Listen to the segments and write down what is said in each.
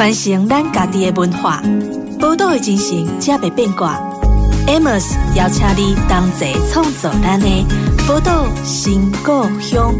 传承咱家己的文化，宝岛的精神才袂变卦。Amos 邀请你同齐创造咱的宝岛新故乡。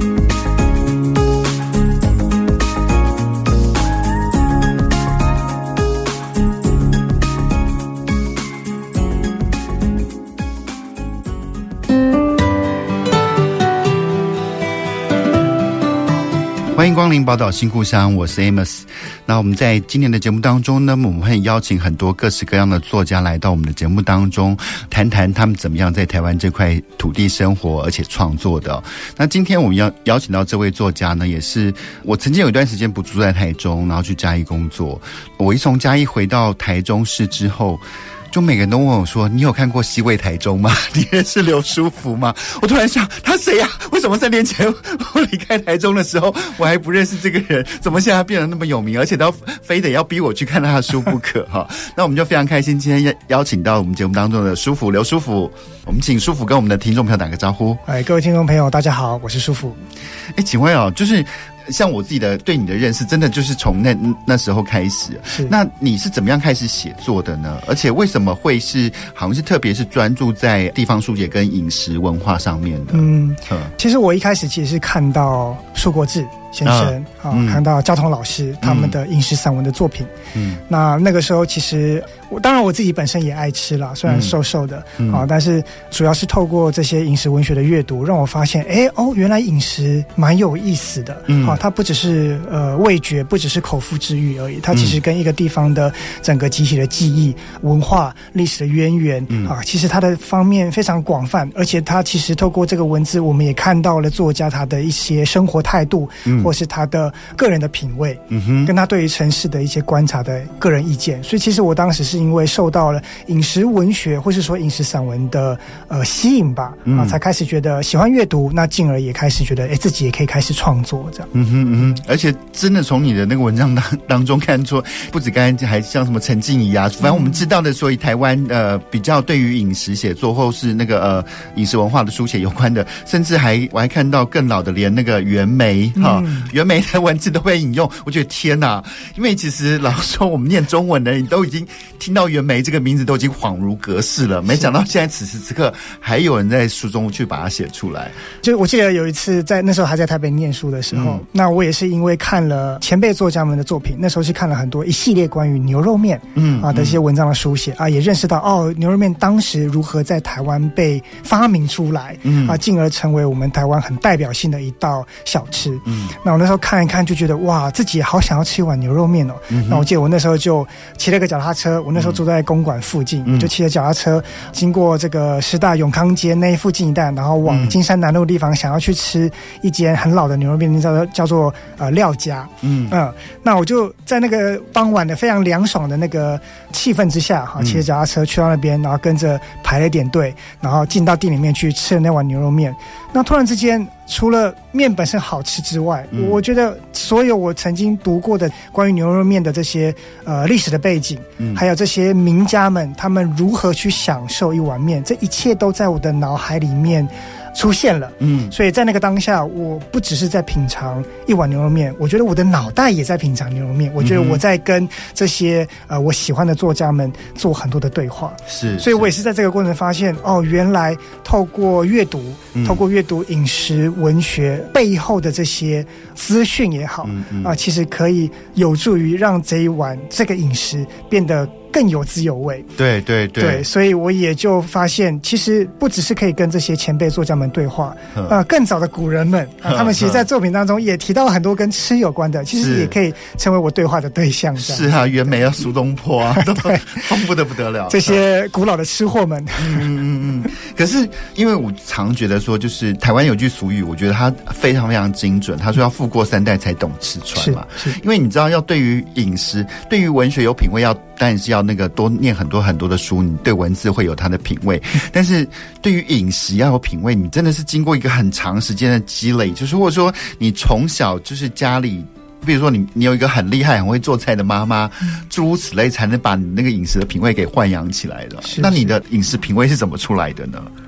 欢迎光临宝岛新故乡，我是 Amos。那我们在今年的节目当中呢，我们会邀请很多各式各样的作家来到我们的节目当中，谈谈他们怎么样在台湾这块土地生活而且创作的。那今天我们要邀请到这位作家呢，也是我曾经有一段时间不住在台中，然后去嘉义工作。我一从嘉义回到台中市之后，就每个人都问我说：“你有看过西味台中吗？你认识刘书福吗？”我突然想，他谁呀？为什么3年前我离开台中的时候，我还不认识这个人？怎么现在变得那么有名，而且都非得要逼我去看他的书不可哈？那我们就非常开心，今天邀请到我们节目当中的书福刘书福，我们请书福跟我们的听众朋友打个招呼。 各位听众朋友，大家好，我是书福。 请问就是像我自己的对你的认识，真的就是从那时候开始。那你是怎么样开始写作的呢？而且为什么会是好像是特别是专注在地方书写跟饮食文化上面的？ 其实我一开始其实是看到舒国治先生看到焦桐老师他们的饮食散文的作品。那个时候其实当然我自己本身也爱吃啦，虽然瘦瘦的但是主要是透过这些饮食文学的阅读，让我发现原来饮食蛮有意思的。它不只是味觉，不只是口腹之欲而已，它其实跟一个地方的整个集体的记忆、文化、历史的渊源其实它的方面非常广泛，而且它其实透过这个文字，我们也看到了作家他的一些生活态度，或是他的个人的品味，跟他对于城市的一些观察的个人意见。所以其实我当时是因为受到了饮食文学或是说饮食散文的吸引吧，才开始觉得喜欢阅读，那进而也开始觉得自己也可以开始创作这样。 而且真的从你的那个文章当中看出，不止刚才还像什么陈静怡啊，反正我们知道的，所以台湾比较对于饮食写作或是那个饮食文化的书写有关的，甚至我还看到更老的，连那个袁枚袁枚的文字都被引用。我觉得天哪，因为其实老实说，我们念中文的你都已经听到袁枚这个名字都已经恍如隔世了，没想到现在此时此刻还有人在书中去把它写出来。 就我记得有一次在那时候还在台北念书的时候，那我也是因为看了前辈作家们的作品，那时候是看了很多一系列关于牛肉面的一些文章的书写也认识到牛肉面当时如何在台湾被发明出来进而成为我们台湾很代表性的一道小吃。那我那时候看一看就觉得哇，自己也好想要吃一碗牛肉面哦。那我记得我那时候就骑了个脚踏车，我那时候住在公馆附近，就骑着脚踏车经过这个师大永康街那附近一带，然后往金山南路的地方，想要去吃一间很老的牛肉面，叫做廖家。那我就在那个傍晚的非常凉爽的那个气氛之下骑着脚踏车去到那边，然后跟着排了点队，然后进到店里面去吃了那碗牛肉面。那突然之间，除了面本身好吃之外，我觉得所有我曾经读过的关于牛肉面的这些历史的背景，还有这些名家们他们如何去享受一碗面，这一切都在我的脑海里面出现了。所以在那个当下，我不只是在品尝一碗牛肉面，我觉得我的脑袋也在品尝牛肉面。我觉得我在跟这些我喜欢的作家们做很多的对话。所以我也是在这个过程发现原来透过阅读饮食文学背后的这些资讯也好其实可以有助于让这一碗这个饮食变得更有滋有味。对，所以我也就发现，其实不只是可以跟这些前辈作家们对话，更早的古人们他们其实在作品当中也提到很多跟吃有关的，其实也可以成为我对话的对象。 是啊，袁枚啊，苏东坡啊，都丰富的不得了。 这些古老的吃货们。 可是因为我常觉得说，就是台湾有句俗语，我觉得它非常非常精准。他说要富过3代才懂吃穿嘛，因为你知道，要对于饮食、对于文学有品味，当然是要那个多念很多很多的书，你对文字会有它的品味。但是对于饮食要有品味，你真的是经过一个很长时间的积累，就是或者说你从小就是家里，比如说你有一个很厉害很会做菜的妈妈，诸如此类，才能把你那个饮食的品味给豢养起来的。那你的饮食品味是怎么出来的呢？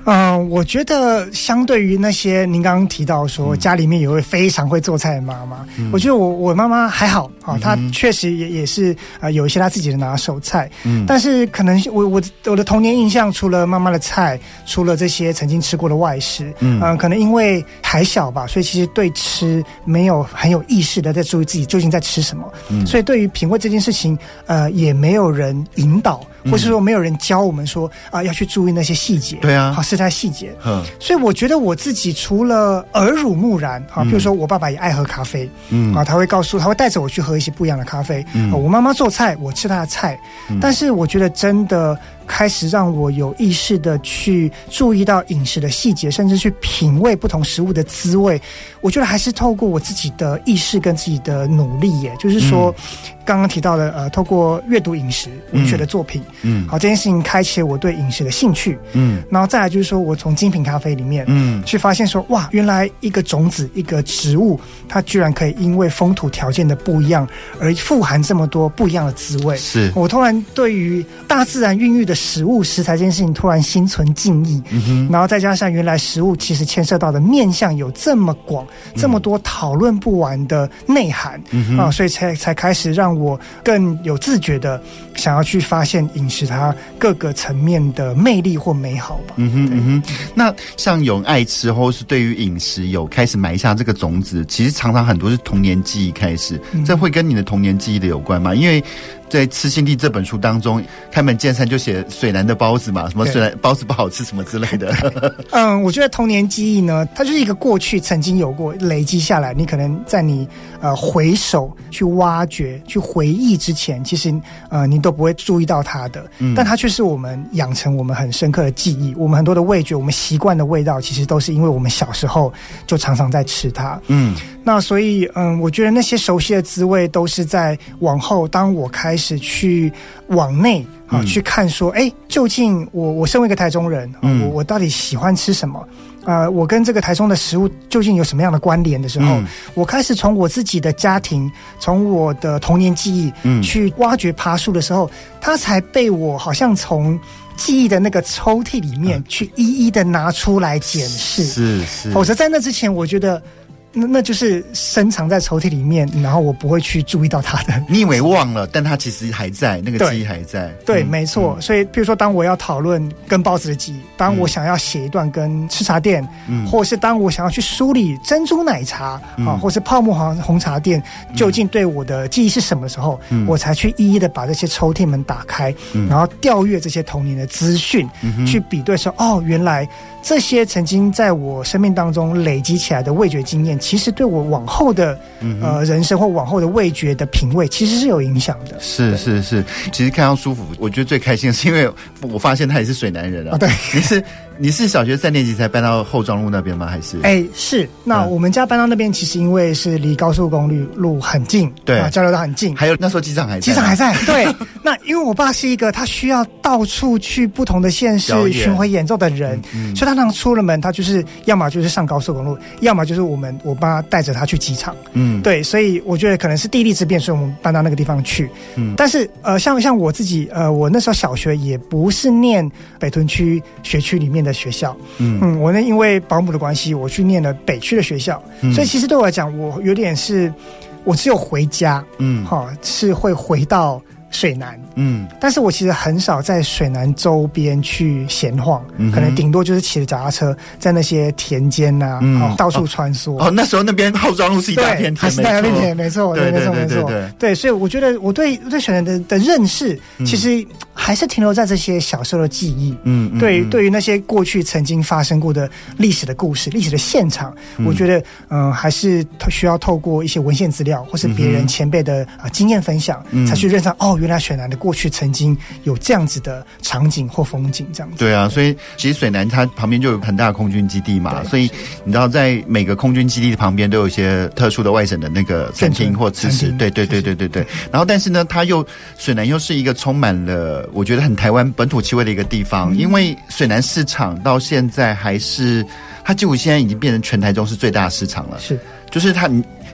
我觉得相对于那些您刚刚提到说家里面有位非常会做菜的妈妈，我觉得我妈妈还好啊，她确实也是有一些她自己的拿手菜，但是可能我的童年印象，除了妈妈的菜，除了这些曾经吃过的外食，可能因为还小吧，所以其实对吃没有很有意识的在注意自己究竟在吃什么，所以对于品味这件事情，也没有人引导，或是说没有人教我们说要去注意那些细节， 对啊， 好食材细节。所以我觉得我自己除了耳濡目染，比如说我爸爸也爱喝咖啡，他会带着我去喝一些不一样的咖啡，我妈妈做菜，我吃她的菜，但是我觉得真的开始让我有意识的去注意到饮食的细节，甚至去品味不同食物的滋味，我觉得还是透过我自己的意识跟自己的努力耶，就是说刚刚提到的透过阅读饮食文学的作品，好，这件事情开启了我对饮食的兴趣，然后再来就是说我从精品咖啡里面去发现说，哇，原来一个种子一个植物，它居然可以因为风土条件的不一样而富含这么多不一样的滋味，是我突然对于大自然孕育的食材这件事情突然心存敬意，然后再加上原来食物其实牵涉到的面向有这么广，这么多讨论不完的内涵，所以才开始让我更有自觉的想要去发现饮食它各个层面的魅力或美好吧。 那像有爱吃或是对于饮食有开始埋下这个种子，其实常常很多是童年记忆开始，这会跟你的童年记忆的有关吗？因为在《吃心地》这本书当中，开门见山就写水南的包子嘛，什么水南包子不好吃什么之类的。 我觉得童年记忆呢，它就是一个过去曾经有过累积下来，你可能在你回首去挖掘去回忆之前，其实你都不会注意到它的，但它却是我们养成我们很深刻的记忆，我们很多的味觉，我们习惯的味道，其实都是因为我们小时候就常常在吃它。那所以我觉得那些熟悉的滋味都是在往后，当我开始去往内去看说，究竟我身为一个台中人，我到底喜欢吃什么？我跟这个台中的食物究竟有什么样的关联的时候，我开始从我自己的家庭，从我的童年记忆，去挖掘爬树的时候，它才被我好像从记忆的那个抽屉里面去一一的拿出来检视。是，否则在那之前，我觉得那就是深藏在抽屉里面，然后我不会去注意到它的。你以为忘了，但它其实还在，那个记忆还在。 对，没错。所以，比如说，当我要讨论跟包子的记忆，当我想要写一段跟吃茶店，或是当我想要去梳理珍珠奶茶或是泡沫红茶店究竟对我的记忆是什么时候，我才去一一的把这些抽屉门打开，然后调阅这些童年的资讯，去比对说，原来这些曾经在我生命当中累积起来的味觉经验，其实对我往后的人生或往后的味觉的品味其实是有影响的。 是，其实看到舒服，我觉得最开心的是因为我发现他也是水南人啊。 对， 你是小学3年级才搬到后庄路那边吗？还是？ 是。那我们家搬到那边，其实因为是离高速公路很近，对，交流道很近。 还有那时候机场还在。对。那因为我爸是一个他需要到处去不同的县市巡回演奏的人，所以他出了门，他就是要么就是上高速公路，要么就是我爸带着他去机场。对，所以我觉得可能是地利之便，所以我们搬到那个地方去。但是像我自己，我那时候小学也不是念北屯区学区里面的学校，我呢因为保姆的关系，我去念了北区的学校，所以其实对我来讲，我有点是，我只有回家，是会回到水南，但是我其实很少在水南周边去闲晃，可能顶多就是骑着脚踏车在那些田间到处穿梭。 那时候那边后庄路是一大片田， 还是大片田，没错，对，所以我觉得我对水南的认识，其实还是停留在这些小时候的记忆。对于那些过去曾经发生过的历史的故事、历史的现场，我觉得还是需要透过一些文献资料或是别人前辈的经验分享，才去认识原来水南的过去曾经有这样子的场景或风景，这样子。 对啊，所以其实水南它旁边就有很大的空军基地嘛，所以你知道在每个空军基地的旁边都有一些特殊的外省的那个餐厅或吃食。对。然后但是呢，水南又是一个充满了我觉得很台湾本土气味的一个地方，因为水南市场到现在还是它几乎现在已经变成全台中是最大的市场了。是，就是它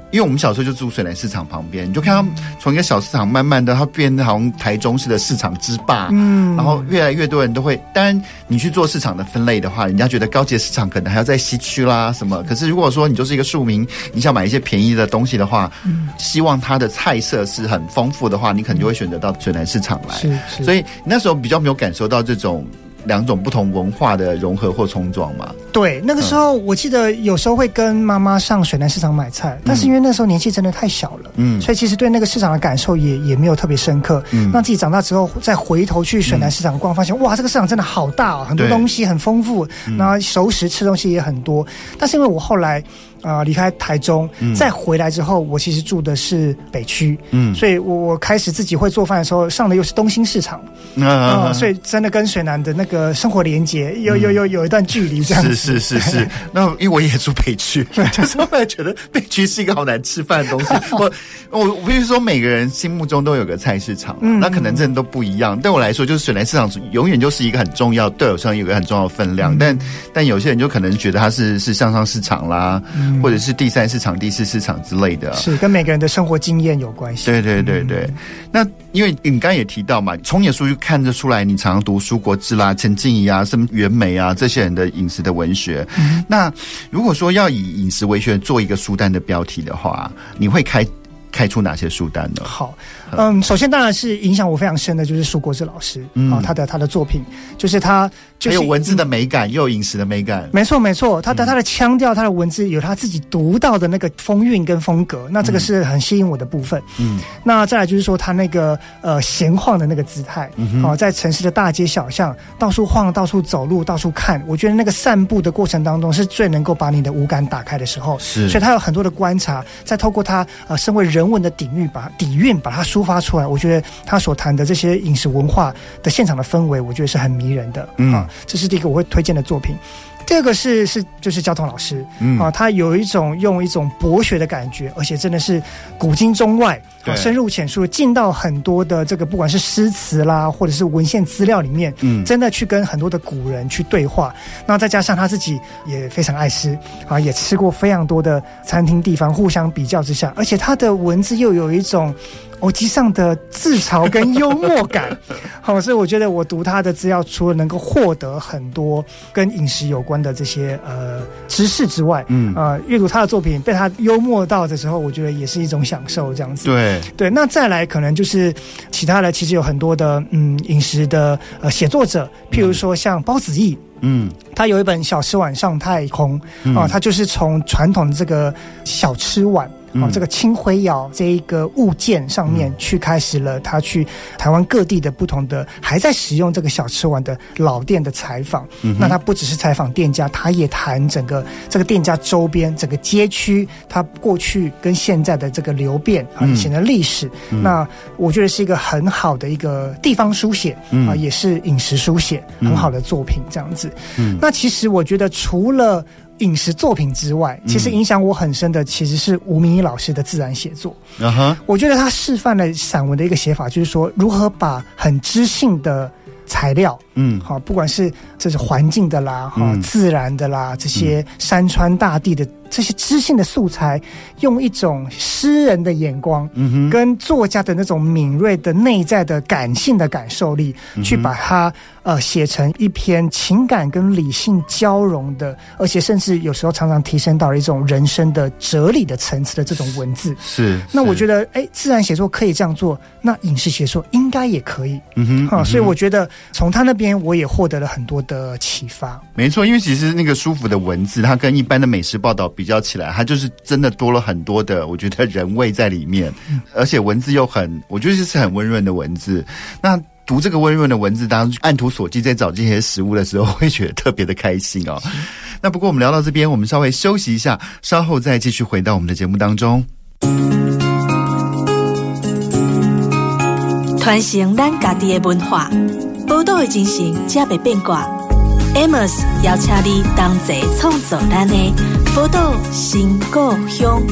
因为我们小时候就住水南市场旁边，你就看到从一个小市场慢慢的它变成好像台中市的市场之霸，然后越来越多人都会，当然你去做市场的分类的话，人家觉得高级市场可能还要在西区啦什么，可是如果说你就是一个庶民，你想买一些便宜的东西的话，希望它的菜色是很丰富的话，你可能就会选择到水南市场来。 是， 所以那时候比较没有感受到这种两种不同文化的融合或冲撞嘛。 对，那个时候我记得有时候会跟妈妈上水南市场买菜，但是因为那时候年纪真的太小了，所以其实对那个市场的感受也没有特别深刻。那自己长大之后再回头去水南市场逛，发现哇，这个市场真的好大哦，很多东西很丰富，然后熟食吃东西也很多。但是因为我后来离开台中，再回来之后，我其实住的是北区，所以我开始自己会做饭的时候，上的又是东兴市场，所以真的跟水南的那个生活连结有一段距离这样子。 是。那因为我也住北区，就是后来觉得北区是一个好难吃饭的东西。我必须说，每个人心目中都有个菜市场，那可能真的都不一样。对我来说，就是水南市场永远就是一个很重要，对我上有个很重要的分量。但有些人就可能觉得它是向上市场啦。或者是第三市场、第四市场之类的， 是跟每个人的生活经验有关系。 对。那因为你刚刚也提到嘛，从你的书就看得出来，你常常读苏国治啦、陈静怡啊、什么袁枚啊这些人的饮食的文学。那如果说要以饮食文学做一个书单的标题的话，你会开出哪些书单呢？ 好，首先当然是影响我非常深的就是苏国治老师他的作品，就是他就是有文字的美感，又有饮食的美感。 没错，他的腔调，他的文字有他自己独到的那个风韵跟风格，那这个是很吸引我的部分。那再来就是说他那个闲晃的那个姿态，在城市的大街小巷到处晃、到处走路、到处看，我觉得那个散步的过程当中是最能够把你的五感打开的时候。所以他有很多的观察，再透过他身为人文的底蕴把它抒发出来。我觉得他所谈的这些饮食文化的现场的氛围，我觉得是很迷人的这是第一个我会推荐的作品。第二个就是交通老师他用一种博学的感觉，而且真的是古今中外深入浅出，进到很多的这个不管是诗词啦，或者是文献资料里面，真的去跟很多的古人去对话。那再加上他自己也非常爱吃也吃过非常多的餐厅地方，互相比较之下，而且他的文字又有一种偶机上的自嘲跟幽默感所以我觉得我读他的资料，除了能够获得很多跟饮食有关的这些知识之外，阅读他的作品被他幽默到的时候，我觉得也是一种享受这样子。对，那再来可能就是其他的，其实有很多的饮食的写作者，譬如说像包子义。他有一本小吃碗上太空他就是从传统的这个小吃碗这个青灰窑这一个物件上面去开始了他去台湾各地的不同的还在使用这个小吃碗的老店的采访。那他不只是采访店家，他也谈整个这个店家周边整个街区他过去跟现在的这个流变以前的历史。那我觉得是一个很好的一个地方书写也是饮食书写很好的作品这样子。那其实我觉得除了饮食作品之外，其实影响我很深的其实是吴明益老师的自然写作。我觉得他示范了散文的一个写法，就是说如何把很知性的材料不管是这是环境的啦自然的啦，这些山川大地的这些知性的素材，用一种诗人的眼光跟作家的那种敏锐的内在的感性的感受力去把它写成一篇情感跟理性交融的，而且甚至有时候常常提升到了一种人生的哲理的层次的这种文字。那我觉得自然写作可以这样做，那饮食写作应该也可以所以我觉得从他那边我也获得了很多的启发。 没错，因为其实那个舒服的文字它跟一般的美食报道比较起来，它就是真的多了很多的我觉得人味在里面而且文字又我觉得是很温润的文字。那读这个温润的文字，当按图索骥在找这些食物的时候，会觉得特别的开心那不过我们聊到这边，我们稍微休息一下，稍后再继续回到我们的节目当中。 传承咱家己的文化，报道的精神才袂变卦。Amos 邀请你同齐创作咱的报道新故乡。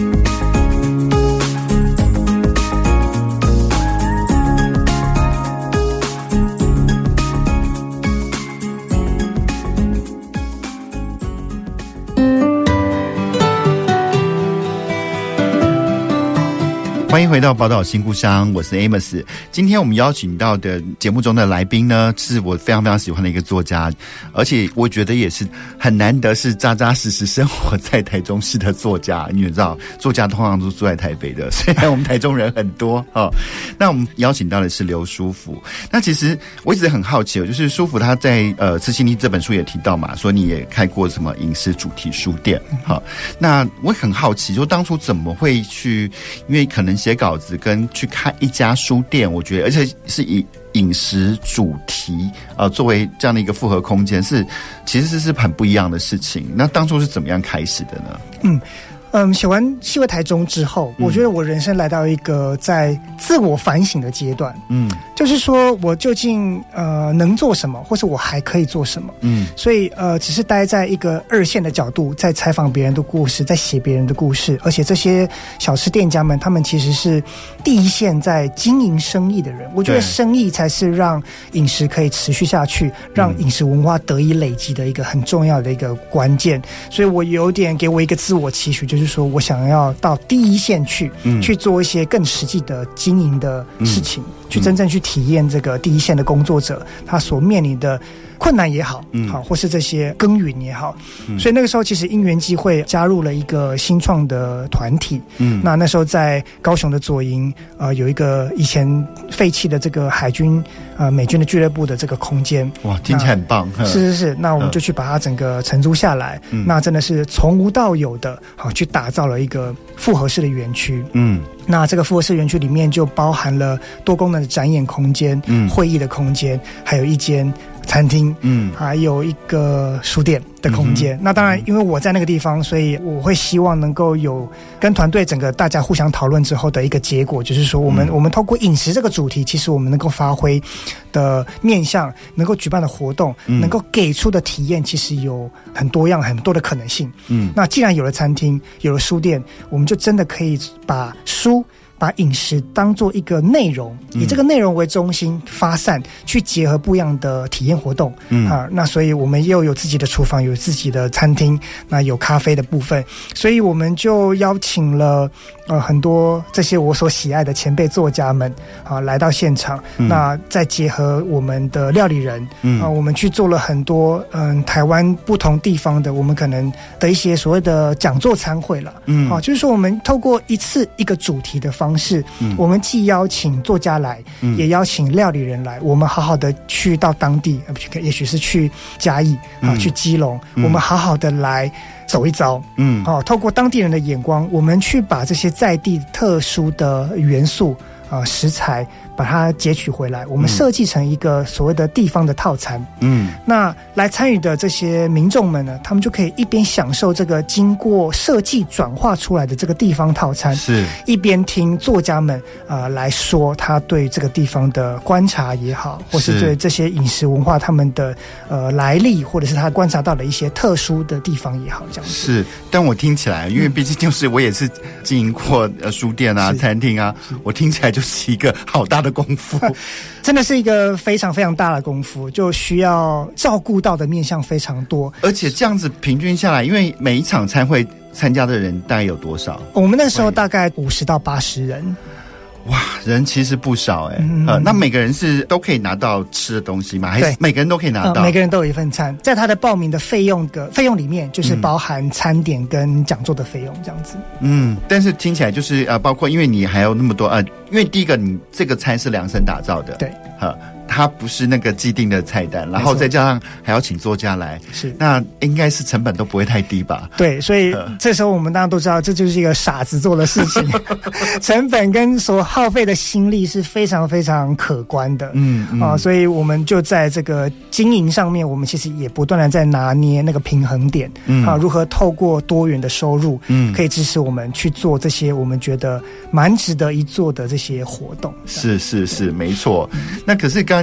欢迎回到宝岛新故乡，我是 Amos。今天我们邀请到的节目中的来宾呢，是我非常非常喜欢的一个作家，而且我觉得也是很难得是扎扎实实生活在台中市的作家。你也知道，作家通常都住在台北的，虽然我们台中人很多哦。那我们邀请到的是刘书福。那其实我一直很好奇，就是书福他在《痴心力》这本书也提到嘛，说你也开过什么影视主题书店。好，那我很好奇，就当初怎么会去，因为可能写稿子跟去开一家书店，我觉得而且是以饮食主题作为这样的一个复合空间，其实是很不一样的事情。那当初是怎么样开始的呢？ 写完《戏味台中》之后，我觉得我人生来到一个在自我反省的阶段。就是说我究竟能做什么，或是我还可以做什么？所以只是待在一个二线的角度，在采访别人的故事，在写别人的故事，而且这些小吃店家们，他们其实是第一线在经营生意的人。我觉得生意才是让饮食可以持续下去，让饮食文化得以累积的一个很重要的一个关键。所以我有点给我一个自我期许，就是说我想要到第一线去做一些更实际的经营的事情，去真正去体验这个第一线的工作者他所面临的困难也好，或是这些耕耘也好。所以那个时候其实因缘际会加入了一个新创的团体。那时候在高雄的左营有一个以前废弃的这个海军美军的俱乐部的这个空间。 哇，听起来很棒。 是，那我们就去把它整个承租下来。那真的是从无到有的去打造了一个复合式的园区。那这个复合式园区里面就包含了多功能的展演空间、会议的空间，还有一间餐厅，还有一个书店的空间。那当然因为我在那个地方，所以我会希望能够有跟团队整个大家互相讨论之后的一个结果，就是说我们透过饮食这个主题，其实我们能够发挥的面向，能够举办的活动，能够给出的体验，其实有很多样很多的可能性。那既然有了餐厅，有了书店，我们就真的可以把饮食当做一个内容，以这个内容为中心发散，去结合不一样的体验活动。那所以我们又有自己的厨房，有自己的餐厅，那有咖啡的部分，所以我们就邀请了很多这些我所喜爱的前辈作家们来到现场。那再结合我们的料理人，我们去做了很多台湾不同地方的我们可能的一些所谓的讲座餐会了。就是说我们透过一次一个主题的方式，我们既邀请作家来，也邀请料理人来，我们好好的去到当地，也许是去嘉义去基隆，我们好好的来走一遭。透过当地人的眼光，我们去把这些在地特殊的元素食材把它截取回来，我们设计成一个所谓的地方的套餐。那来参与的这些民众们呢，他们就可以一边享受这个经过设计转化出来的这个地方套餐，是一边听作家们来说他对这个地方的观察也好，或是对这些饮食文化他们的来历，或者是他观察到的一些特殊的地方也好，这样子。 是，但我听起来，因为毕竟就是我也是经营过书店啊、餐厅啊，我听起来就是一个好大的功夫。 真的是一个非常非常大的功夫，就需要照顾到的面向非常多。 而且这样子平均下来，因为每一场餐会参加的人大概有多少？ 我们那时候大概50到80人。 哇，人其实不少那每个人是都可以拿到吃的东西吗？还是每个人都可以拿到？ 每个人都有一份餐，在他的报名的费用里面，就是包含餐点跟讲座的费用这样子。 但是听起来就是包括因为你还有那么多因为第一个你这个餐是量身打造的， 对， 它不是那个既定的菜单，然后再加上还要请作家来， 是那应该是成本都不会太低吧？ 对，所以这时候我们大家都知道，这就是一个傻子做的事情，成本跟所耗费的心力是非常非常可观的。所以我们就在这个经营上面，我们其实也不断的在拿捏那个平衡点，如何透过多元的收入，可以支持我们去做这些我们觉得蛮值得一做的这些活动。 是，没错。那可是刚刚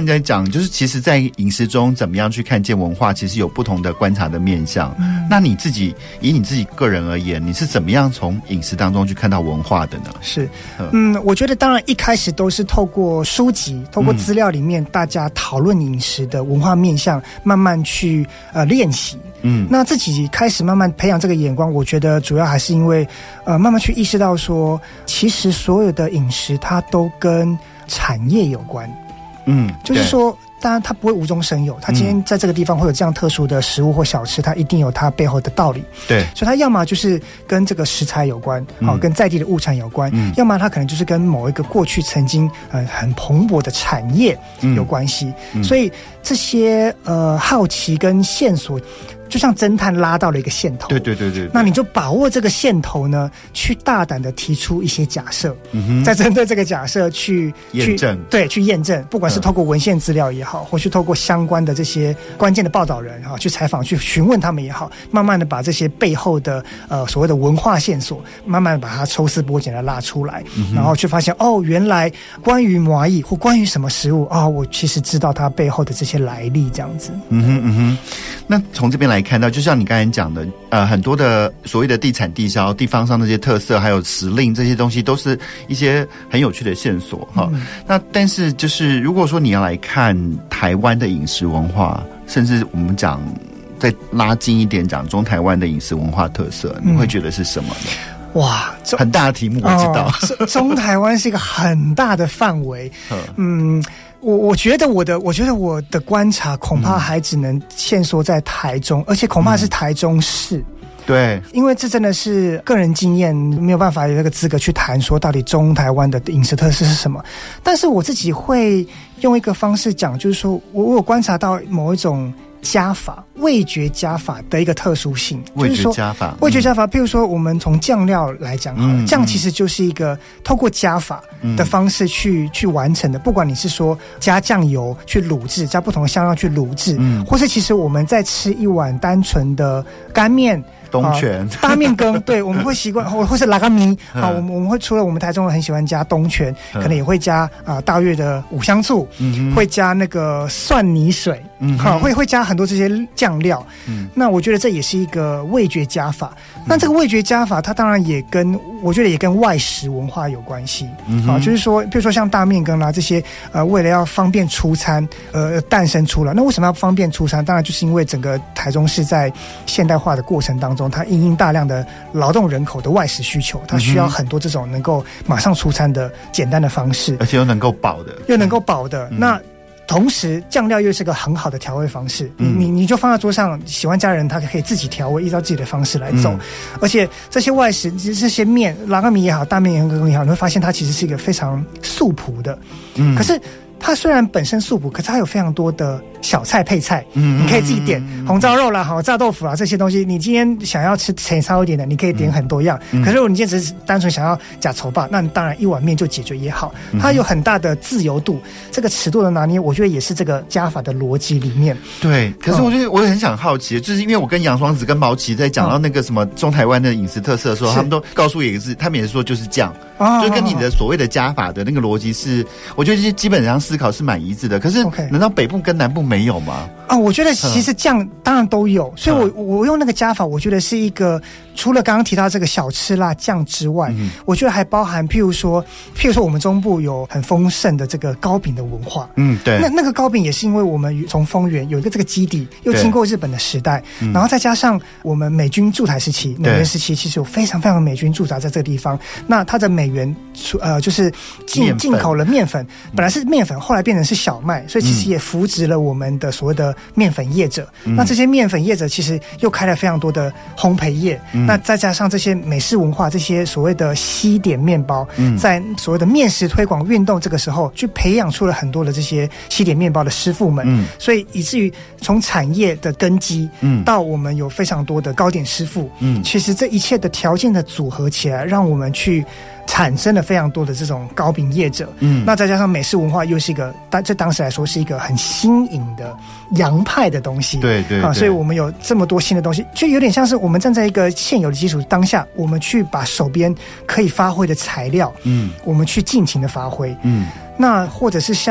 刚才讲，就是其实在饮食中怎么样去看见文化，其实有不同的观察的面向。那你自己以你自己个人而言，你是怎么样从饮食当中去看到文化的呢？ 是，我觉得当然一开始都是透过书籍、透过资料里面大家讨论饮食的文化面向，慢慢去练习。那自己开始慢慢培养这个眼光，我觉得主要还是因为慢慢去意识到说，其实所有的饮食它都跟产业有关。就是说当然它不会无中生有，它今天在这个地方会有这样特殊的食物或小吃，它一定有它背后的道理。对，所以它要么就是跟这个食材有关，跟在地的物产有关，要么它可能就是跟某一个过去曾经很蓬勃的产业有关系。所以这些好奇跟线索就像侦探拉到了一个线头，对，那你就把握这个线头呢，去大胆的提出一些假设，再针对这个假设去验证，对，去验证，不管是透过文献资料也好，或是透过相关的这些关键的报道人去采访、去询问他们也好，慢慢的把这些背后的所谓的文化线索，慢慢的把它抽丝剥茧的拉出来，然后去发现原来关于麻薏或关于什么食物我其实知道它背后的这些来历，这样子。 那从这边来看到，就像你刚才讲的，很多的所谓的地产地销、地方上那些特色，还有时令这些东西，都是一些很有趣的线索哈。那但是就是如果说你要来看台湾的饮食文化，甚至我们讲再拉近一点讲中台湾的饮食文化特色，你会觉得是什么呢？哇，很大的题目，我知道。 中台湾是一个很大的范围。我觉得我的观察恐怕还只能限缩在台中，而且恐怕是台中市。 对， 因为这真的是个人经验，没有办法有那个资格去谈说到底中台湾的饮食特色是什么。但是我自己会用一个方式讲，就是说我有观察到某一种加法，味觉加法的一个特殊性。 味觉加法， 譬如说我们从酱料来讲好了，酱其实就是一个透过加法的方式去完成的。不管你是说加酱油去卤制，加不同的香料去卤制，或是其实我们在吃一碗单纯的干面。 东泉大面羹，对，我们会习惯，或是拉嘎米我们会除了我们台中人很喜欢加东泉，可能也会加大越的五香醋，会加那个蒜泥水，会加很多这些酱料。那我觉得这也是一个味觉加法。那这个味觉加法，它当然我觉得也跟外食文化有关系。就是说，比如说像大面羹啦这些，为了要方便出餐，诞生出来。那为什么要方便出餐？当然就是因为整个台中市在现代化的过程当中，它因应大量的劳动人口的外食需求，它需要很多这种能够马上出餐的简单的方式， 而且又能够饱的。 那同时酱料又是个很好的调味方式，你就放在桌上，喜欢家人他可以自己调味，依照自己的方式来走。而且这些外食，这些面拉嘎米也好，大面羹也好，你会发现它其实是一个非常素朴的。可是它虽然本身素朴，可是它有非常多的小菜配菜，你可以自己点红烧肉啦、炸豆腐啦这些东西。你今天想要吃肥超一点的，你可以点很多样。可是如果你今天只是单纯想要加稠吧，那你当然一碗面就解决也好。它有很大的自由度，这个尺度的拿捏，我觉得也是这个加法的逻辑里面。 对，可是我觉得我也很想好奇，就是因为我跟杨双子跟毛奇在讲到那个什么中台湾的饮食特色的时候，他们都告诉我也是，他们也是说就是酱。就跟你的所谓的加法的那个逻辑是，我觉得基本上思考是蛮一致的。可是，难道北部跟南部没有吗？ 我觉得其实酱当然都有，所以我用那个加法，我觉得是一个除了刚刚提到这个小吃辣酱之外，我觉得还包含譬如说我们中部有很丰盛的这个糕饼的文化。对。那个糕饼也是因为我们从丰原有一个这个基底，又经过日本的时代，然后再加上我们美军驻台时期、美援时期，其实有非常非常的美军驻扎在这个地方。那它的美元就是进口了面粉，本来是面粉，后来变成是小麦，所以其实也扶植了我们的所谓的面粉业者。那这些面粉业者其实又开了非常多的烘焙业，那再加上这些美式文化，这些所谓的西点面包，在所谓的面食推广运动这个时候，去培养出了很多的这些西点面包的师傅们。所以以至于从产业的根基，到我们有非常多的糕点师傅，其实这一切的条件的组合起来，让我们去产生了非常多的这种糕饼业者。那再加上美式文化又是一个在当时来说是一个很新颖的洋派的东西。对，所以我们有这么多新的东西，就有点像是我们站在一个现有的基础当下，我们去把手边可以发挥的材料，我们去尽情的发挥。那或者是像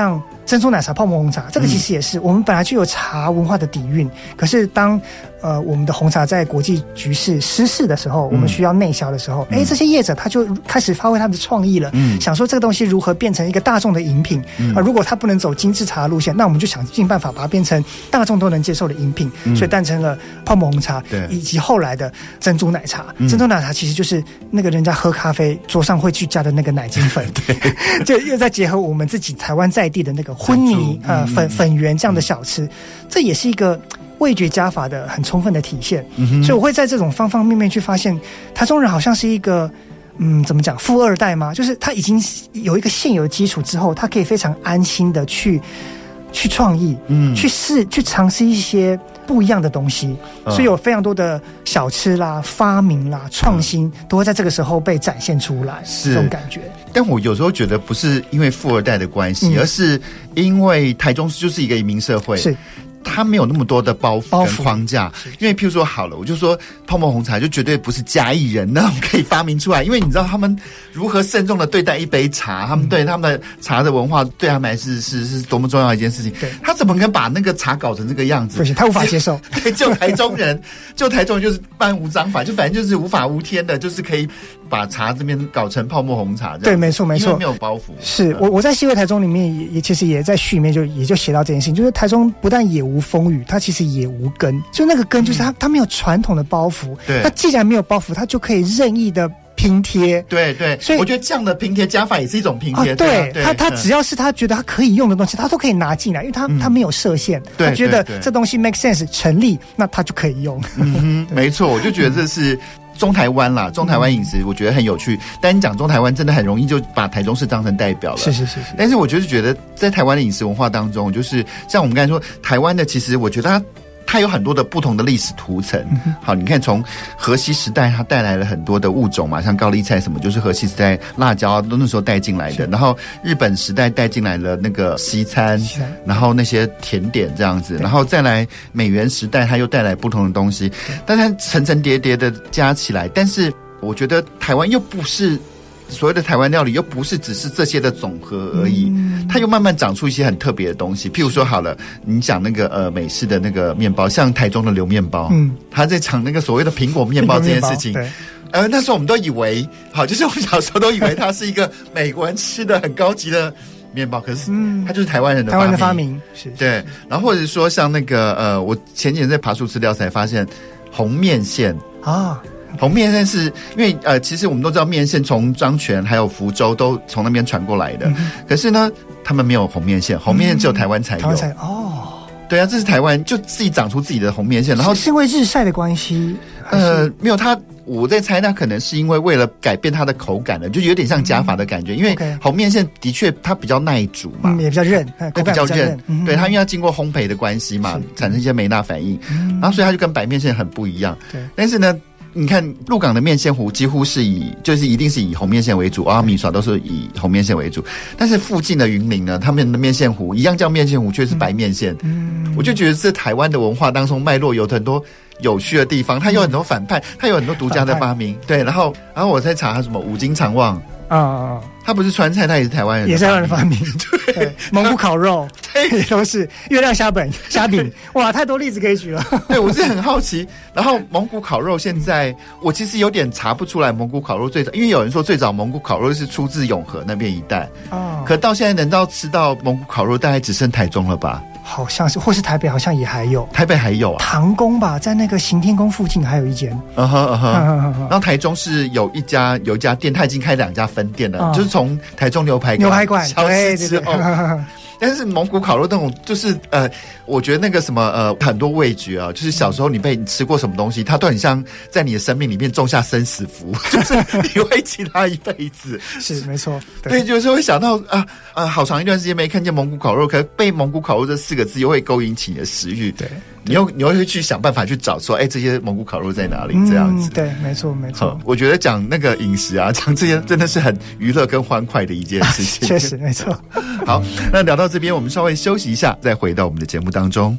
珍珠奶茶、泡沫红茶，这个其实也是我们本来就有茶文化的底蕴，可是当我们的红茶在国际局势失势的时候，我们需要内销的时候，这些业者他就开始发挥他们的创意了，想说这个东西如何变成一个大众的饮品，如果他不能走精致茶的路线，那我们就想尽办法把它变成大众都能接受的饮品，所以诞生了泡沫红茶，以及后来的珍珠奶茶。珍珠奶茶其实就是那个人家喝咖啡桌上会去加的那个奶精粉，就又再结合我们自己台湾在地的那个荤泥粉圆这样的小吃，这也是一个味觉加法的很充分的体现，所以我会在这种方方面面去发现，台中人好像是一个怎么讲，富二代吗？就是他已经有一个现有的基础之后，他可以非常安心的去创意，去尝试一些不一样的东西，所以有非常多的小吃啦、发明啦、创新都会在这个时候被展现出来，这种感觉。 但我有时候觉得不是因为富二代的关系，而是因为台中就是一个移民社会，是。它没有那么多的包袱跟框架，因为譬如说好了，我就说泡沫红茶就绝对不是嘉义人那种可以发明出来，因为你知道他们如何慎重的对待一杯茶，他们对他们的茶的文化对他们来是多么重要的一件事情。他怎么可能把那个茶搞成这个样子？ 不行，他无法接受。 对，就台中人就是办无章法，就反正就是无法无天的，就是可以把茶这边搞成泡沫红茶。 对，没错没错， 因为没有包袱。 是我在西味台中里面也其实也在序里面就写到这件事情，就是台中不但也无风雨，它其实也无根，就那个根就是它没有传统的包袱。对，它既然没有包袱，它就可以任意的拼贴。对对，所以我觉得这样的拼贴加法也是一种拼贴。对，他只要是他觉得他可以用的东西，他都可以拿进来，因为他没有设限。他觉得这东西 make sense 成立，那他就可以用。 没错，我就觉得这是中台湾啦，中台湾饮食我觉得很有趣，但你讲中台湾真的很容易就把台中市当成代表了。是。但是我就是觉得在台湾的饮食文化当中，就是像我们刚才说台湾的，其实我觉得它有很多的不同的历史图层。好，你看从荷西时代它带来了很多的物种嘛，像高丽菜什么就是荷西时代辣椒都那时候带进来的，然后日本时代带进来了那个西餐，然后那些甜点这样子，然后再来美元时代它又带来不同的东西，但它层层叠叠的加起来，但是我觉得台湾又不是所谓的台湾料理，又不是只是这些的总和而已，它又慢慢长出一些很特别的东西。譬如说好了，你讲那个美式的那个面包，像台中的流面包，他在讲那个所谓的苹果面包这件事情。那时候我们都以为，好，就是我们小时候都以为它是一个美国人吃的很高级的面包，可是它就是台湾人的发明。是对，然后或者说像那个我前几年在爬树资料才发现红面线啊。红面线是因为其实我们都知道面线从漳泉还有福州都从那边传过来的，可是呢，他们没有红面线，红面线只有台湾才有。对啊，这是台湾就自己长出自己的红面线，然后是因为日晒的关系？ 没有，我在猜，那可能是因为为了改变它的口感了，就有点像加法的感觉。因为红面线的确它比较耐煮嘛， 也比较韧， 口感比较韧。对，它因为要经过烘焙的关系嘛，产生一些梅纳反应，然后所以它就跟白面线很不一样。对，但是呢，你看鹿港的面线糊几乎是就是一定是以红面线为主，米耍都是以红面线为主。但是附近的云林呢，他们的面线糊一样叫面线糊，却是白面线。我就觉得这台湾的文化当中脉络有很多有趣的地方，它有很多反派，它有很多独家的发明。对，然后我在查它什么五金常旺他不是川菜，他也是台湾人， 也是台湾人发明。对，蒙古烤肉，也都是月亮虾饼，哇，太多例子可以举了。 对，我是很好奇。然后蒙古烤肉现在，我其实有点查不出来蒙古烤肉最早，因为有人说最早蒙古烤肉是出自永和那边一带，可到现在能到吃到蒙古烤肉，大概只剩台中了吧？ 好像是，或是台北好像也还有。 台北还有啊？ 唐宫吧，在那个行天宫附近还有一间。然后台中是有一家店，它已经开2家分店了，就是从台中牛排馆消失之后。但是蒙古烤肉那种就是我觉得那个什么很多味觉啊，就是小时候你吃过什么东西，它都很像在你的生命里面种下生死符，就是你会记它一辈子。 是没错， 对，有时候会想到好长一段时间没看见蒙古烤肉，可是被蒙古烤肉这4个字又会勾引起你的食欲。对。你又会去想办法去找说，这些蒙古烤肉在哪里？这样子， 对，没错。 我觉得讲那个饮食啊，讲这些真的是很娱乐跟欢快的一件事情。 确实，没错。 好，那聊到这边，我们稍微休息一下，再回到我们的节目当中。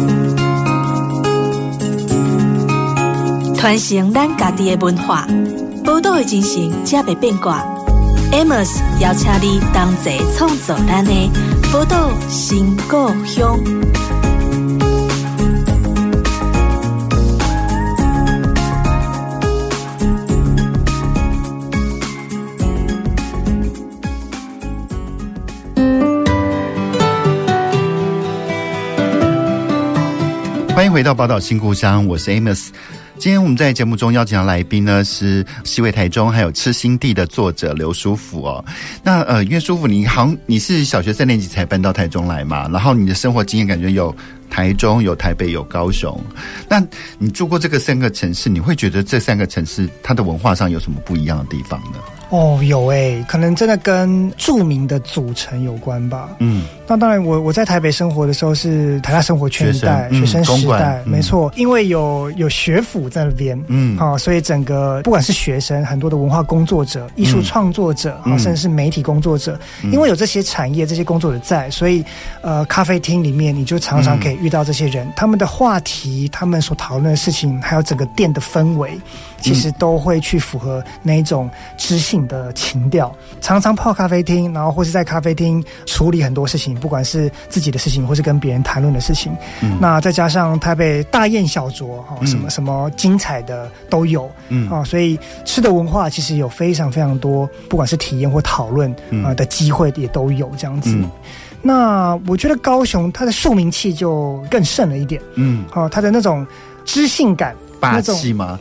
传承咱家己的文化，报道的精神才袂变卦。Amos 邀请你同齐创作咱的报道新故乡。 欢迎回到宝岛新故乡，我是 Amos。今天我们在节目中邀请的来宾呢是西味台中还有吃心地的作者刘书福哦。那因为书福你是小学3年级才搬到台中来嘛，然后你的生活经验感觉有台中、有台北、有高雄。那你住过这个3个城市，你会觉得这3个城市它的文化上有什么不一样的地方呢？ 哦，有可能真的跟著名的组成有关吧。那当然我在台北生活的时候是台大生活圈一代学生时代，没错，因为有学府在那边，所以整个不管是学生，很多的文化工作者、艺术创作者，甚至是媒体工作者，因为有这些产业、这些工作者在，所以咖啡厅里面你就常常可以遇到这些人，他们的话题、他们所讨论的事情，还有整个店的氛围，其实都会去符合那一种知性的情调。常常泡咖啡厅，然后或是在咖啡厅处理很多事情，不管是自己的事情或是跟别人谈论的事情。那再加上台北大宴小酌，什么精彩的都有，所以吃的文化其实有非常非常多，不管是体验或讨论的机会也都有这样子。那我觉得高雄它的庶民气就更盛了一点，它的那种知性感。 霸气吗？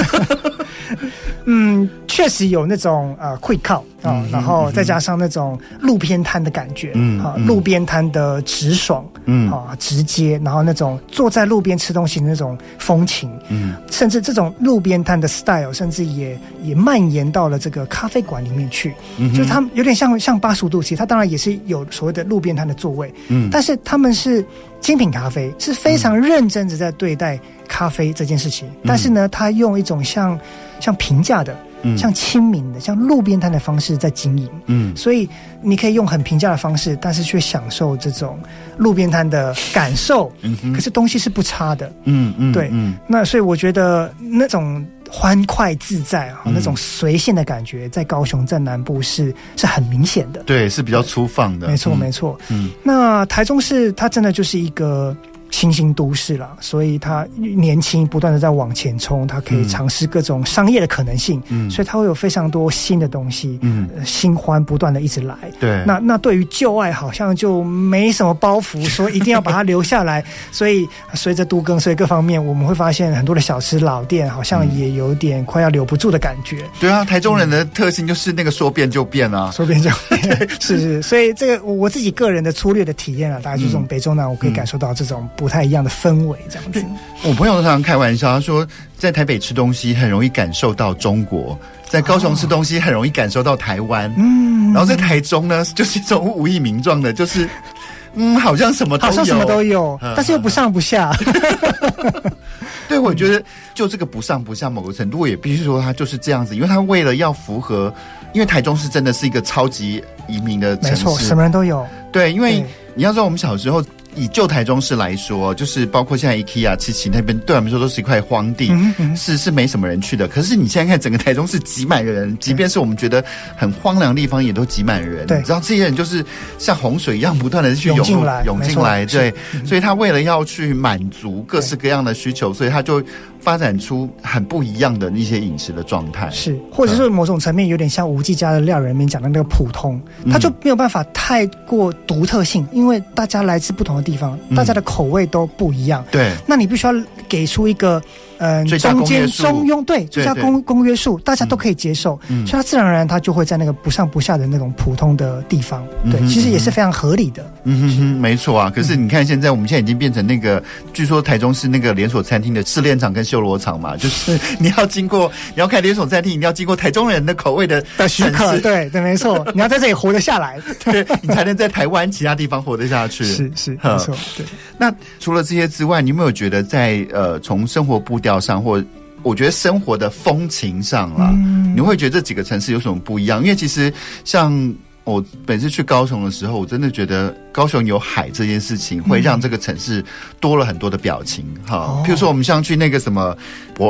确实有那种会靠然后再加上那种路边摊的感觉，路边摊的直爽，直接，然后那种坐在路边吃东西的那种风情，甚至这种路边摊的 style， 甚至也蔓延到了这个咖啡馆里面去，就是他们有点像85度，其实它当然也是有所谓的路边摊的座位，但是他们是精品咖啡，是非常认真的在对待咖啡这件事情，但是呢，他用一种像平价的、像亲民的、像路边摊的方式在经营。所以你可以用很平价的方式，但是却享受这种路边摊的感受。可是东西是不差的。对。那所以我觉得那种欢快自在那种随性的感觉，在高雄在南部是很明显的。 对，是比较粗放的。 没错，没错。那台中市它真的就是一个新兴都市啦，所以他年轻不断的在往前冲，他可以尝试各种商业的可能性，所以他会有非常多新的东西，新欢不断的一直来。 对， 那对于旧爱好像就没什么包袱，说一定要把它留下来。所以随着都更，所以各方面我们会发现很多的小吃老店好像也有点快要留不住的感觉。 对啊，台中人的特性就是那个说变就变啊， 说变就变。是，所以这个我自己个人的粗略的体验大概就是从北中南我可以感受到这种不太一样的氛围这样子。 我朋友常常开玩笑，他说在台北吃东西很容易感受到中国，在高雄吃东西很容易感受到台湾，然后在台中呢就是一种无以名状的，就是好像什么都有， 但是又不上不下。 对，我觉得就这个不上不下，某个程度我也必须说它就是这样子，因为它为了要符合，因为台中是真的是一个超级移民的城市， 没错，什么人都有。 对，因为你要知道我们小时候以旧台中市来说，就是包括现在 IKEA 七期那边，对我们说都是一块荒地，是没什么人去的。可是你现在看整个台中市挤满人，即便是我们觉得很荒凉的地方，也都挤满人。对，然后这些人就是像洪水一样不断的去涌进来，对，所以他为了要去满足各式各样的需求，所以他就发展出很不一样的一些饮食的状态， 是，或者是某种层面有点像吴季家的料人里面讲的那个普通，他就没有办法太过独特性，因为大家来自不同的地方，大家的口味都不一样。 对， 那你必须要给出一个中间中庸，对，最佳公约数，大家都可以接受，所以它自然而然它就会在那个不上不下的那种普通的地方，对，其实也是非常合理的。 没错啊。可是你看现在我们现在已经变成那个，据说台中是那个连锁餐厅的试炼场跟修罗场嘛，就是你要开连锁餐厅，你要经过台中人的口味的许可，对，没错，你要在这里活得下来， 对，你才能在台湾其他地方活得下去。 是没错，对。 那除了这些之外，你有没有觉得在从生活步调上，或我觉得生活的风情上啦，你会觉得这几个城市有什么不一样？因为其实像我每次去高雄的时候，我真的觉得高雄有海这件事情会让这个城市多了很多的表情。譬如说我们像去那个什么博二，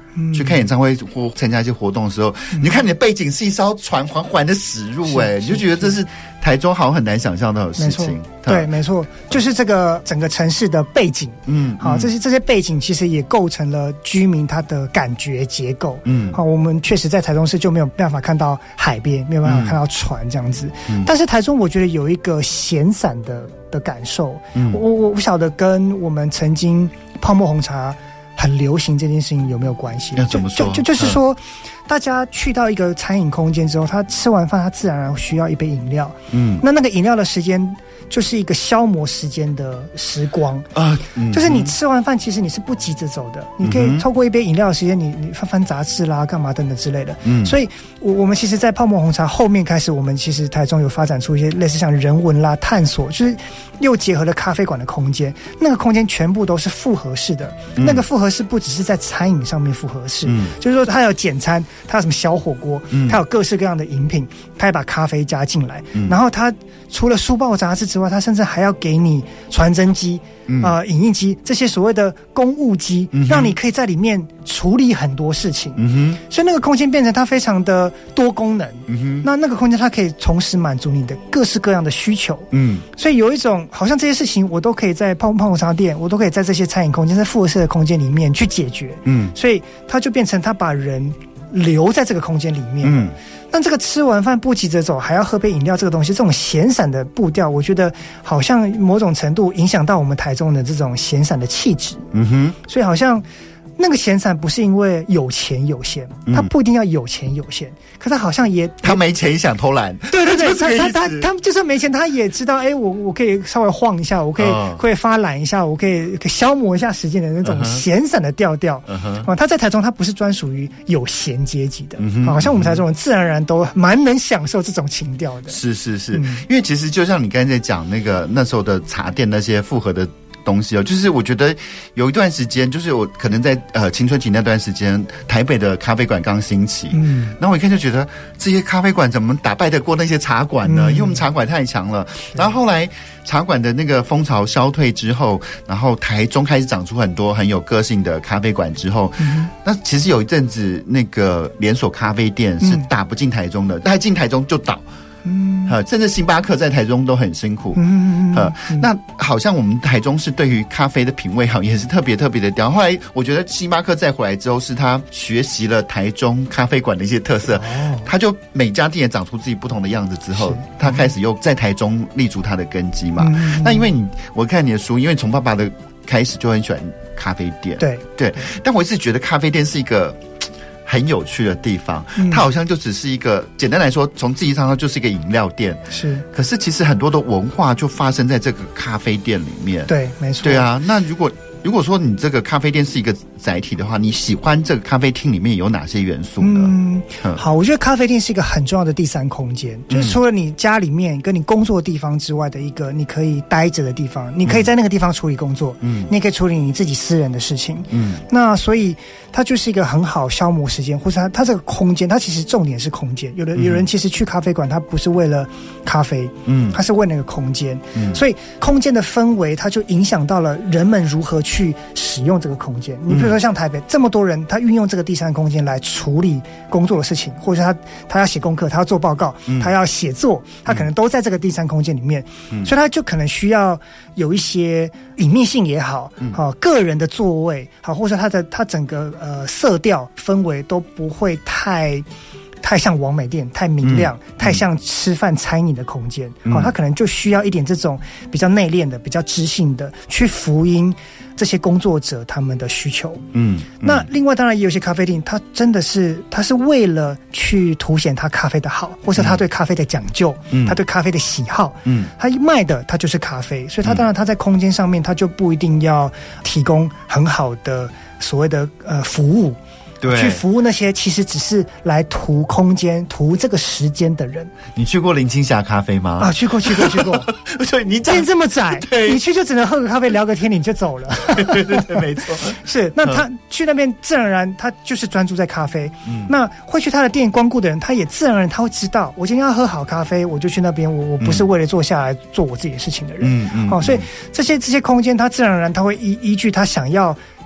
去看演唱会或参加一些活动的时候，你看你的背景是一艘船缓缓的驶入，你就觉得这是台中好像很难想象到的事情。 对，没错，就是这个整个城市的背景，好，这些背景其实也构成了居民他的感觉结构。好，我们确实在台中市就没有办法看到海边，没有办法看到船这样子。但是台中我觉得有一个闲散的感受。我不晓得跟我们曾经泡沫红茶很流行这件事情有没有关系？ 要怎么说？ 就是说，大家去到一个餐饮空间之后，他吃完饭，他自然而然需要一杯饮料。那个饮料的时间就是一个消磨时间的时光啊。就是你吃完饭，其实你是不急着走的，你可以透过一杯饮料的时间，你翻翻杂志啦，干嘛等等之类的。所以我们其实，在泡沫红茶后面开始，我们其实台中有发展出一些类似像人文啦、探索，就是又结合了咖啡馆的空间。那个空间全部都是复合式的，那个复合式不只是在餐饮上面复合式，就是说它有简餐，它有什么小火锅，它有各式各样的饮品，它也把咖啡加进来，然后它除了书报杂志之外，它甚至还要给你传真机、影印机这些所谓的公务机，让你可以在里面处理很多事情。所以那个空间变成它非常的多功能。那个空间它可以同时满足你的各式各样的需求。所以有一种好像这些事情我都可以在泡沫茶店，我都可以在这些餐饮空间，在复合式的空间里面去解决。所以它就变成它把人留在这个空间里面。但这个吃完饭不急着走，还要喝杯饮料，这个东西，这种闲散的步调，我觉得好像某种程度影响到我们台中的这种闲散的气质。所以好像那个闲散不是因为有钱有闲，他不一定要有钱有闲，可他好像他没钱想偷懒。 对，他就算没钱，他也知道，我可以稍微晃一下，我可以发懒一下，我可以消磨一下时间的那种闲散的调调。他在台中，他不是专属于有闲阶级的，好像我们台中人自然而然都蛮能享受这种情调的。 是，因为其实就像你刚才在讲那时候的茶店那些复合的东西就是我觉得有一段时间，就是我可能在青春期那段时间，台北的咖啡馆刚兴起，然后我一看就觉得这些咖啡馆怎么打败得过那些茶馆呢？因为我们茶馆太强了。然后后来茶馆的那个风潮消退之后，然后台中开始长出很多很有个性的咖啡馆之后，那其实有一阵子那个连锁咖啡店是打不进台中的，但进台中就倒。甚至星巴克在台中都很辛苦。那好像我们台中是对于咖啡的品味好也是特别特别的刁。后来我觉得星巴克再回来之后，是他学习了台中咖啡馆的一些特色，他就每家店也长出自己不同的样子之后，他开始又在台中立足他的根基嘛。那因为我看你的书，因为从爸爸的开始就很喜欢咖啡店，对，但我一直觉得咖啡店是一个很有趣的地方，它好像就只是一个，简单来说，从字义上它就是一个饮料店。可是其实很多的文化就发生在这个咖啡店里面。 对，没错。 对啊，那如果说你这个咖啡店是一个载体的话，你喜欢这个咖啡厅里面有哪些元素呢？ 好，我觉得咖啡店是一个很重要的第三空间，就是除了你家里面跟你工作的地方之外的一个你可以待着的地方，你可以在那个地方处理工作，你也可以处理你自己私人的事情。那所以它就是一个很好消磨时间，或者它这个空间，它其实重点是空间。有人其实去咖啡馆，他不是为了咖啡，他是为那个空间。所以空间的氛围，它就影响到了人们如何去使用这个空间。你比如说像台北这么多人，他运用这个第三空间来处理工作的事情，或者是他要写功课，他要做报告，他要写作，他可能都在这个第三空间里面，所以他就可能需要有一些隐秘性也好，个人的座位好，或者他整个色调氛围都不会太像网美店，太明亮，太像吃饭餐饮的空间。他可能就需要一点这种比较内敛的、比较知性的，去福音这些工作者他们的需求。那另外当然也有些咖啡店，它真的是它是为了去凸显它咖啡的好，或是他对咖啡的讲究，他对咖啡的喜好，他卖的它就是咖啡，所以他当然他在空间上面他就不一定要提供很好的所谓的服务。去服务那些其实只是来图空间、图这个时间的人。 你去过林青霞咖啡吗？ 啊，去过。所以你店这么窄，你去就只能喝个咖啡、聊个天，你就走了。 对，没错。 是，那他去那边自然而然，他就是专注在咖啡。那会去他的店光顾的人，他也自然而然他会知道，我今天要喝好咖啡，我就去那边。我不是为了坐下来做我自己的事情的人。所以这些空间，他自然而然他会依据他想要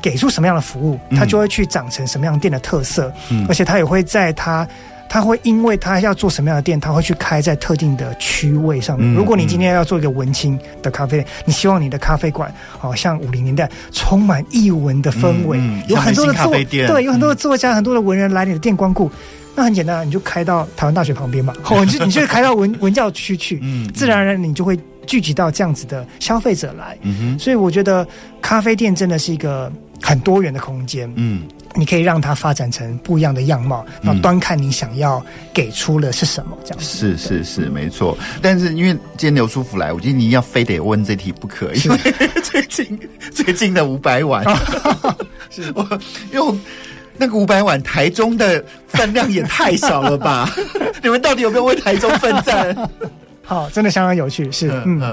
给出什么样的服务，它就会去长成什么样的店的特色，而且它也会在它会因为它要做什么样的店，它会去开在特定的区位上面。如果你今天要做一个文青的咖啡店，你希望你的咖啡馆像50年代充满艺文的氛围，有很多的有很多的作家，很多的文人来你的店光顾。那很简单，你就开到台湾大学旁边嘛，你就开到文教区去，自然而然你就会聚集到这样子的消费者来。所以我觉得咖啡店真的是一个很多元的空间。你可以让它发展成不一样的样貌，然后端看你想要给出的是什么，这样子。 是没错。但是因为今天刘书福来，我觉得你要非得问这题不可，因为最近的500碗，因为那个500碗台中的分量也太少了吧？你们到底有没有为台中奋战？ 好，真的相当有趣，是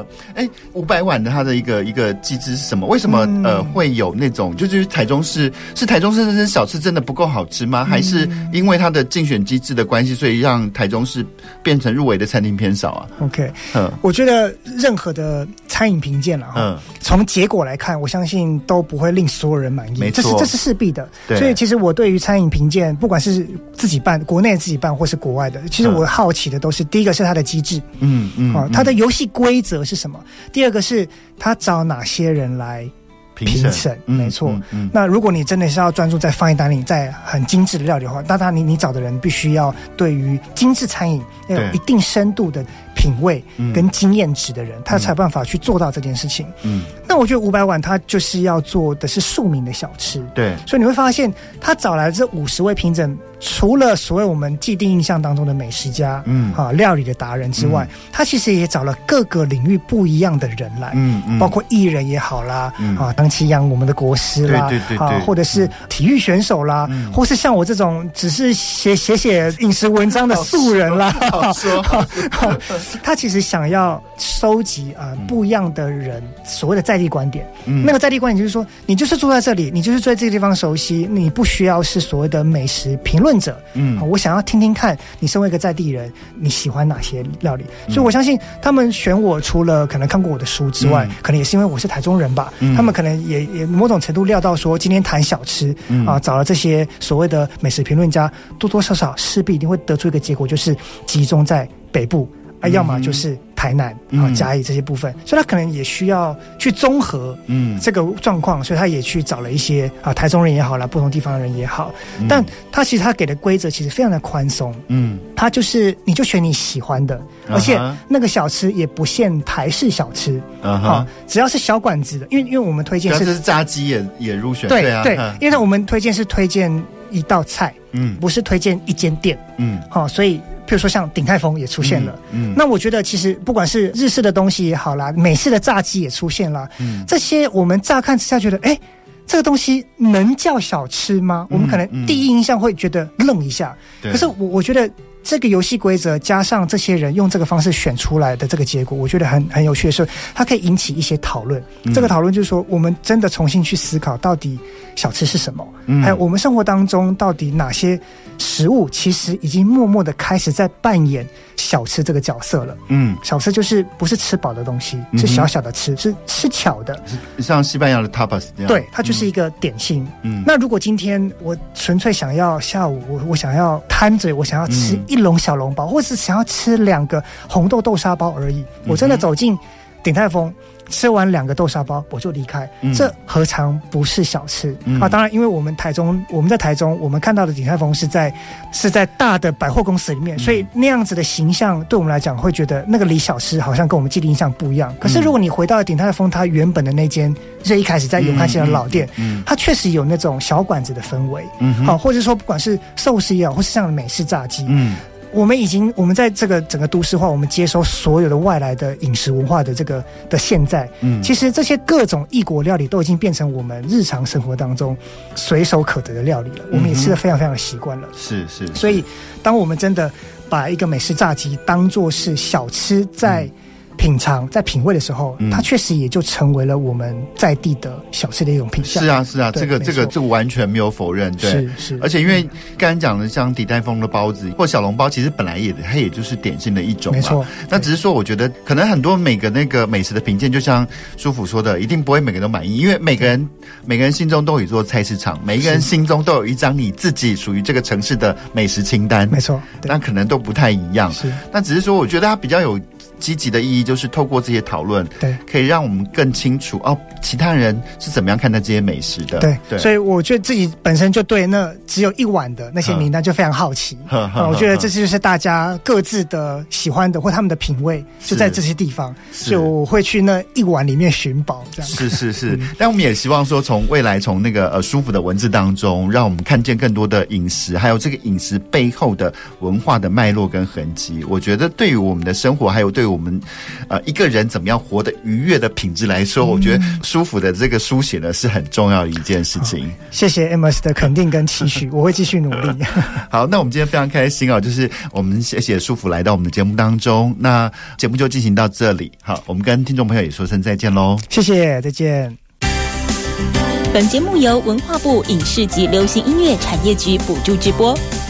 500碗的它的一个机制是什么？为什么会有那种就是台中市的小吃真的不够好吃吗？还是因为它的竞选机制的关系，所以让台中市变成入围的餐厅偏少啊 ？OK， 我觉得任何的餐饮评鉴啦，从结果来看，我相信都不会令所有人满意， 没错， 这是势必的。所以其实我对于餐饮评鉴，不管是自己办、国内自己办或是国外的，其实我好奇的都是第一个是它的机制，它的游戏规则是什么？第二个是他找哪些人来评审，没错。那如果你真的是要专注在fine dining，在很精致的料理的话，那你找的人必须要对于精致餐饮要有一定深度的品味跟经验值的人，他才有办法去做到这件事情。那我觉得500碗他就是要做的是庶民的小吃， 对， 所以你会发现他找来这50位评审，除了所谓我们既定印象当中的美食家，料理的达人之外，他其实也找了各个领域不一样的人来，包括艺人也好啦，当齐阳我们的国师啦，对，或者是体育选手啦，或是像我这种只是写饮食文章的素人啦，他其实想要收集不一样的人所谓的在地观点，那个在地观点就是说，你就是住在这里，你就是对这个地方熟悉，你不需要是所谓的美食评论者，我想要听听看你身为一个在地人，你喜欢哪些料理。所以我相信他们选我，除了可能看过我的书之外，可能也是因为我是台中人吧，他们可能也某种程度料到说，今天谈小吃找了这些所谓的美食评论家，多多少少势必一定会得出一个结果，就是集中在北部，要么就是台南嘉义这些部分，所以他可能也需要去综合这个状况，所以他也去找了一些台中人也好啦，不同地方的人也好，但他其实他给的规则其实非常的宽松，他就是你就选你喜欢的，而且那个小吃也不限台式小吃，只要是小馆子的，因为我们推荐是炸鸡也入选， 对，因为我们推荐是推荐一道菜，不是推荐一间店，所以譬如说像鼎泰丰也出现了，那我觉得其实不管是日式的东西也好啦，美式的炸鸡也出现了，这些我们乍看之下觉得，这个东西能叫小吃吗？我们可能第一印象会觉得愣一下，可是我觉得这个游戏规则加上这些人用这个方式选出来的这个结果，我觉得很有趣的是，它可以引起一些讨论。这个讨论就是说，我们真的重新去思考，到底小吃是什么，还有我们生活当中到底哪些食物其实已经默默的开始在扮演小吃这个角色了。小吃就是不是吃饱的东西，是小小的吃，是吃巧的， 像西班牙的 tapas 这样。 对，它就是一个点心。那如果今天我纯粹想要下午我想要贪嘴，我想要吃一笼小笼包，或是想要吃2个红豆豆沙包而已，我真的走进鼎泰丰吃完2个豆沙包我就离开，这何尝不是小吃当然因为我们在台中我们看到的鼎泰丰是在大的百货公司里面，所以那样子的形象对我们来讲会觉得那个离小吃好像跟我们既定印象不一样。可是如果你回到鼎泰丰它原本的那间最一开始在永康街的老店，它确实有那种小馆子的氛围，或者说不管是寿司也好，或是像美式炸鸡，我们在这个整个都市化，我们接收所有的外来的饮食文化的这个的现在，其实这些各种异国料理都已经变成我们日常生活当中随手可得的料理了，我们也吃得非常非常的习惯了。 是，所以当我们真的把一个美式炸鸡当作是小吃在品尝、在品味的时候，它确实也就成为了我们在地的小吃的一种品相。 是啊，这个完全没有否认，对， 是。 而且因为刚才讲的像鼎泰丰的包子或小笼包，其实本来它也就是点心的一种嘛， 没错。 那只是说，我觉得可能很多每个那个美食的评鉴，就像舒服说的，一定不会每个人都满意，因为每个人心中都有一座菜市场，每一个人心中都有一张你自己属于这个城市的美食清单， 没错， 那可能都不太一样。 是， 那只是说，我觉得它比较有积极的意义，就是透过这些讨论， 对， 可以让我们更清楚其他人是怎么样看待这些美食的。 对，所以我觉得自己本身就对那只有一碗的那些名单就非常好奇。我觉得这就是大家各自的喜欢的或他们的品味就在这些地方，所以我会去那一碗里面寻宝。这样是。但我们也希望说，从未来从那个舒服的文字当中，让我们看见更多的饮食，还有这个饮食背后的文化的脉络跟痕迹。我觉得对于我们的生活，还有对于我们一个人怎么样活得愉悦的品质来说，我觉得舒服的这个书写呢是很重要的一件事情。 谢谢 Amos 的肯定跟期许，我会继续努力。 好，那我们今天非常开心就是我们谢谢舒服来到我们的节目当中，那节目就进行到这里。好，我们跟听众朋友也说声再见咯。 谢谢，再见。 本节目由文化部影视及流行音乐产业局补助直播。